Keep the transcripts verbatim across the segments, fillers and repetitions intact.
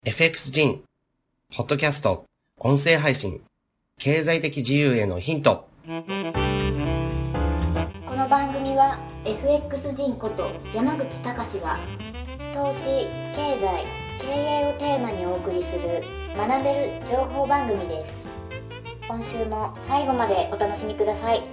エフエックス ジン、ポッドキャスト、音声配信、経済的自由へのヒント。 この番組は エフエックス ジンこと山口隆が投資、経済、経営をテーマにお送りする学べる情報番組です。今週も最後までお楽しみください。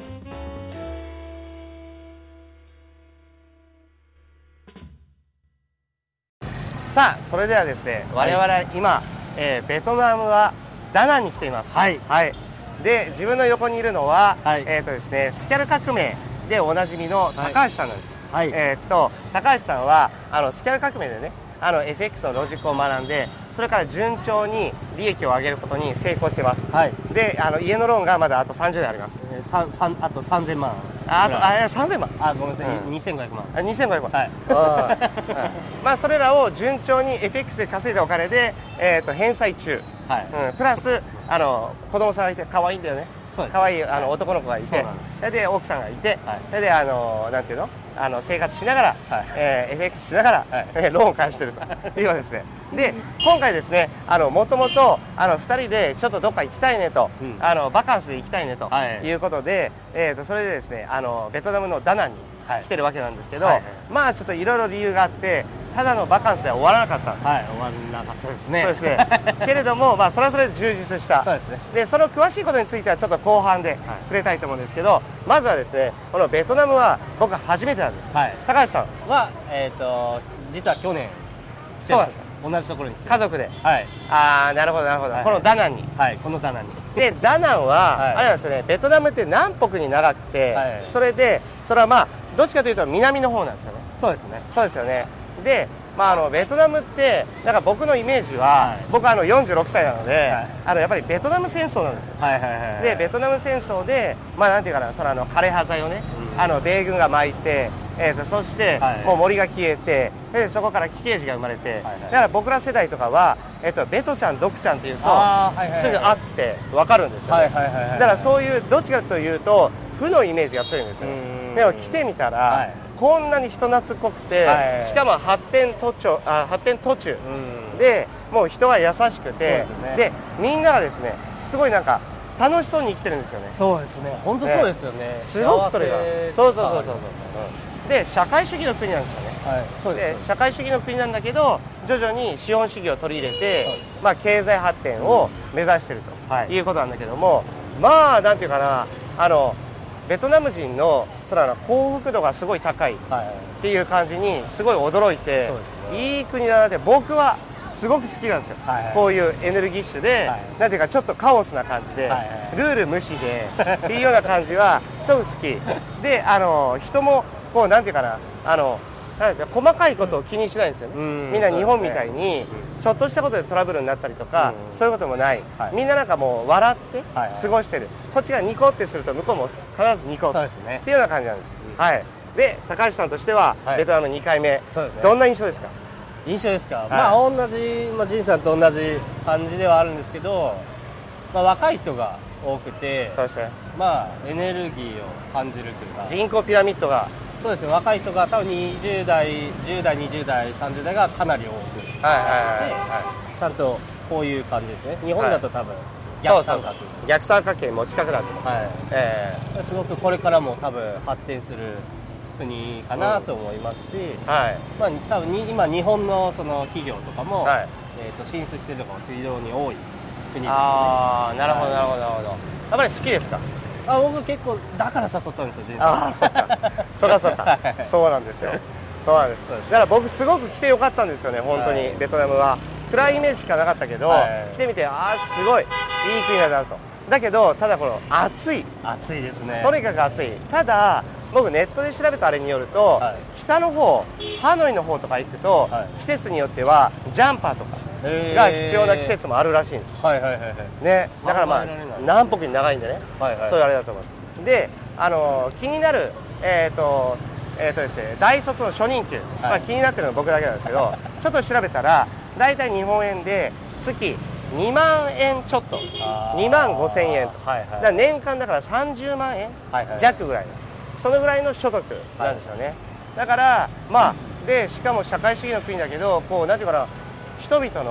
さあ、それではですね、我々今、えー、ベトナムはダナンに来ています。 はい。 はい。で、自分の横にいるのは、 はい、 えっとですね、スキャル革命でおなじみの高橋さんなんですよ。 はい。 えー、っと、高橋さんは、あの、スキャル革命でね、あの、エフエックス のロジックを学んで、それから順調に利益を上げることに成功しています。 はい。 で、あの、家のローンがまだあとさんじゅうねんあります。 えー、さん、さん、あとさんぜんまん。 あ、あと、あ、さんぜんまん。 あ、ごめんなさい、 うん、 にせんごひゃくまん。 あ、にせんごひゃくまん。 はい。 うん、まあ、それらを順調に エフエックス で稼いだお金で、えー、と返済中、 はい。 うん、プラスあの子供さんがいて可愛いんだよね。 そうです。 可愛いあの、はい、男の子がいて、 そうなんです。 それで奥さんがいて、 はい、 それであのなんていうのあの生活しながら、はい、えー、エフエックス しながら、はい、えー、ローンを返してるというわけですね。で、今回ですね、あのもともとあのふたりでちょっとどっか行きたいねと、うん、あのバカンスで行きたいねということで、はい、えー、とそれでですね、あのベトナムのダナンに来てるわけなんですけど、はいはいはい、まあちょっといろいろ理由があってただのバカンスでは終わらなかった。 はい、終わらなかったですね。 そうですね。けれども、まあそれはそれで充実した。 そうですね。 で、その詳しいことについてはちょっと後半で触れたいと思うんですけど、はい、まずはですね、このベトナムは僕は初めてなんです。はい。高橋さんはえっ、ー、と実は去年そうなんです。 同じところに家族で。 はい。 ああ、なるほどなるほど。はい、このダナンに。 はい。このダナンに。 で、ダナンは、はい、あれなんですよね。ベトナムって南北に長くて、はい、それでそれはまあどっちかというと南の方なんですよね。 そうですね。 そうですよね。で。まあ、あのベトナムってなんか僕のイメージは、はい、僕はあのよんじゅうろくさいなので、はい、あのやっぱりベトナム戦争なんですよ。はいはいはいはい、でベトナム戦争で、まあ、なんていうかな、そのあの枯葉剤をね、うん、あの米軍が巻いて、えー、とそして、はい、もう森が消えてでそこから奇形児が生まれて、はいはい、だから僕ら世代とかは、えー、とベトちゃんドクちゃんっていうと、はいはいはい、すぐ会って分かるんですよね、はいはいはいはい、だからそういうどっちかというと負のイメージが強いんですよね。でも来てみたら、はい、こんなに人懐っこくて、はい、しかも発展途中、あ発展途中、うん、でもう人は優しくて、で、ね、でみんながですねすごいなんか楽しそうに生きてるんですよね。 そうですね、本当そうですよね。ね、 すごくそれがそうそうそうそうそう、うん、で社会主義の国なんですよね。はい、そうです。で社会主義の国なんだけど徐々に資本主義を取り入れて、はい、まあ、経済発展を目指していると、はい、いうことなんだけども、まあなんていうかな、あのベトナム人のその幸福度がすごい高いっていう感じにすごい驚いて、いい国だなって僕はすごく好きなんですよ。こういうエネルギッシュでなんていうかちょっとカオスな感じでルール無視でっていうような感じはすごく好きで、あの人もこうなんていうかな、あのなんていうか細かいことを気にしないんですよね。みんな日本みたいにちょっとしたことでトラブルになったりとか、うん、そういうこともない、はい、みんななんかもう笑って過ごしてる、はいはい、こっちがニコってすると向こうも必ずニコっていうような感じなんです、うん、はい。で高橋さんとしては、はい、ベトナムにかいめ、そうですね、どんな印象ですか？ 印象ですか、はい、まあ同じ、まあ、仁さんと同じ感じではあるんですけど、まあ、若い人が多くて、そうですね、まあエネルギーを感じるというか、 人口ピラミッドがそうですね、若い人が多分にじゅうだい、じゅうだい、にじゅうだい、さんじゅうだいがかなり多く、はいはいはいはい、ちゃんとこういう感じですね。日本だと多分逆三角、そうそうそう、 逆三角形持ち角だと思います、はい、えー、すごくこれからも多分発展する国かなと思いますし、うん、はい、まあ、多分に今日本のその企業とかも、はい、えー、と進出してるのが非常に多い国ですよね。 ああ、なるほどなるほどなるほど。やっぱり好きですか？ あ、僕結構だから誘ったんですよ、人生。 ああ、そっか、そらそっかそうなんですよ、そうなんです。だから僕すごく来てよかったんですよね、本当に、はい、ベトナムは暗いイメージしかなかったけど、はい、来てみて、ああすごいいい国なんだと。だけどただこの暑い、 暑いですね、 とにかく暑い。ただ僕ネットで調べたあれによると、はい、北の方、ハノイの方とか行くと、はい、季節によってはジャンパーとかが必要な季節もあるらしいんです。はいはいはいはい。ね、だからまあ南北に長いんでね、はいはい、そういうあれだと思います。で、あのー、気になるえっ、ー、とえっ、ー、とですね、大卒の初任給、はい、まあ気になってるのは僕だけなんですけど、ちょっと調べたらだいたい日本円で月にまんえんちょっと、にまんごせんえんと、はいはい、だから年間だからさんじゅうまんえん弱ぐらいの、そのぐらいの所得なんですよね。はい、だからまあでしかも社会主義の国だけど、こうなんていうかな、人々の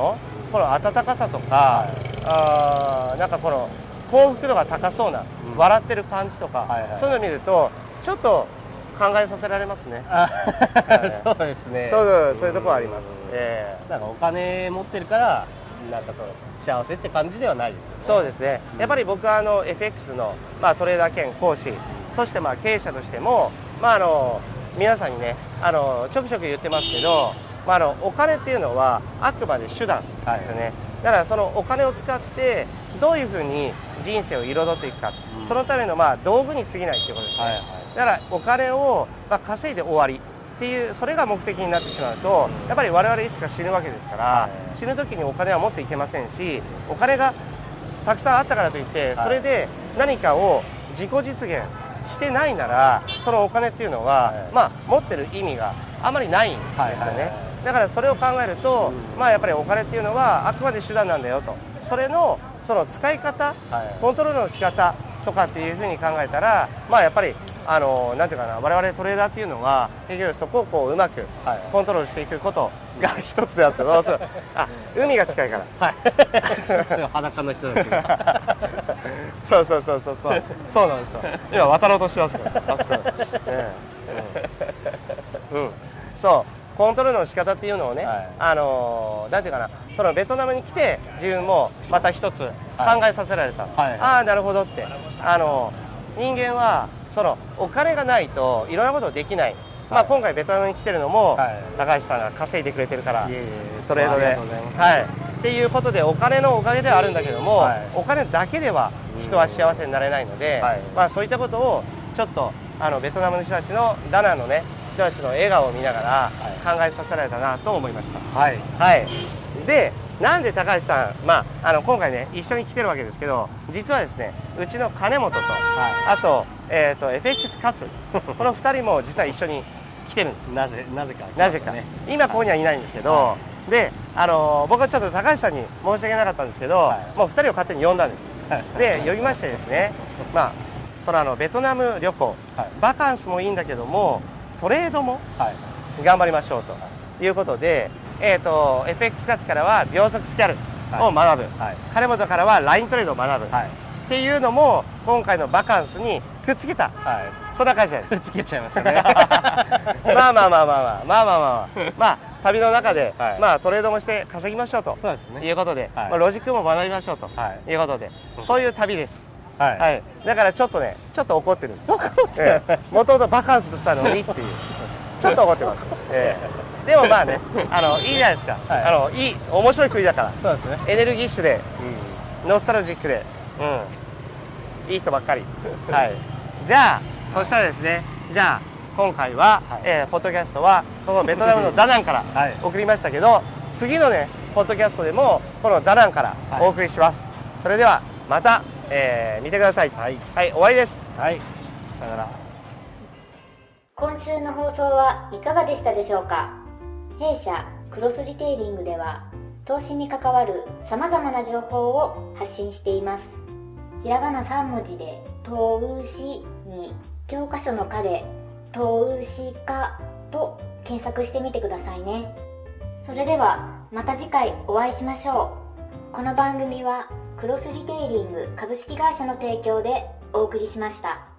この温かさとか、はい、あなんかこの幸福度が高そうな、うん、笑ってる感じとか、はいはい、そういうのを見るとちょっと考えさせられますね。 そうですね。 そうそういうところあります。えー、なんかお金持ってるからなんかその幸せって感じではないですよね。 そうですね。やっぱり僕はあの エフエックス の、まあ、トレーダー兼講師、そしてまあ経営者としても、まあ、あの皆さんにねあのちょくちょく言ってますけど、まあ、あのお金っていうのはあくまで手段ですよね、はい、だからそのお金を使ってどういうふうに人生を彩っていくか、うん、そのためのまあ道具に過ぎないっていうことですね、はいはい、だからお金をまあ稼いで終わりっていうそれが目的になってしまうと、やっぱり我々いつか死ぬわけですから、はい、死ぬ時にお金は持っていけませんし、お金がたくさんあったからといってそれで何かを自己実現してないなら、そのお金っていうのは、はい、まあ、持ってる意味があまりないんですよね、はいはいはい、だからそれを考えると、うん、まあ、やっぱりお金っていうのはあくまで手段なんだよと、それのその使い方、はい、コントロールの仕方とかっていうふうに考えたら、まあ、やっぱりあのなんていうかな、我々トレーダーっていうのは結局そこをこううまくコントロールしていくことが一つであって、どうするあ海が近いから、 はい、裸の人たちがそうそうそうそうそうそうなんですよ。今渡ろうとしてますからあそこ、ねうんうん、そうコントロールの仕方っていうのをね、はい、あのなんていうかな、そのベトナムに来て自分もまた一つ考えさせられた、はいはい、ああなるほどって、あの人間はそのお金がないといろんなことできない、はい、まあ、今回ベトナムに来てるのも、はい、高橋さんが稼いでくれてるから、いえいえトレードで、はい、っていうことでお金のおかげではあるんだけども、はい、お金だけでは人は幸せになれないので、はい、まあ、そういったことをちょっとあのベトナムの人たちのダナンのね人たちの笑顔を見ながら考えさせられたなと思いました。はい、はい、でなんで高橋さん、まあ、あの今回ね一緒に来てるわけですけど、実はですねうちの金本と、はい、あと、えー、と エフエックス 勝このふたりも実は一緒に来てるんです。 なぜなぜか、ね、 なぜか今ここにはいないんですけど、はい、であの僕はちょっと高橋さんに申し訳なかったんですけど、はい、もうふたりを勝手に呼んだんです、はい、で呼びましてですね、まあ、そのあのベトナム旅行、はい、バカンスもいいんだけどもトレードも頑張りましょうということで、えー、と エフエックス 勝からは秒速スキャルを学ぶ、はいはい、金本からはライントレードを学ぶ、はい、っていうのも今回のバカンスにくっつけた、はい、そんな感じです。 くっつけちゃいましたねまあまあまあまあまあまあまあまあまあまあ旅の中で、はい、まあ、トレードもして稼ぎましょうとそうです、ね、いうことで、はい、まあ、ロジックも学びましょうと、はい、いうことで、そういう旅です、はいはい、だからちょっとねちょっと怒ってるんです。怒ってる、えー、もともとバカンスだったのにっていうちょっと怒ってます、えー、でもまあねあのいいじゃないですか、はい、あのいい面白い国だから、そうですね、エネルギッシュで、うん、ノスタルジックで、うん、いい人ばっかりはい、じゃあそしたらですね、じゃあ今回は、はい、えー、ポッドキャストはこのベトナムのダナンから送りましたけど、はい、次のねポッドキャストでもこのダナンからお送りします、はい、それではまた、えー、見てください。はい、はい、終わりです。はい、さよなら。 今週の放送はいかがでしたでしょうか。弊社クロスリテイリングでは投資に関わる様々な情報を発信しています。ひらがなさん文字で投資に教科書の科で投資家と検索してみてくださいね。それではまた次回お会いしましょう。この番組はクロスリテイリング株式会社の提供でお送りしました。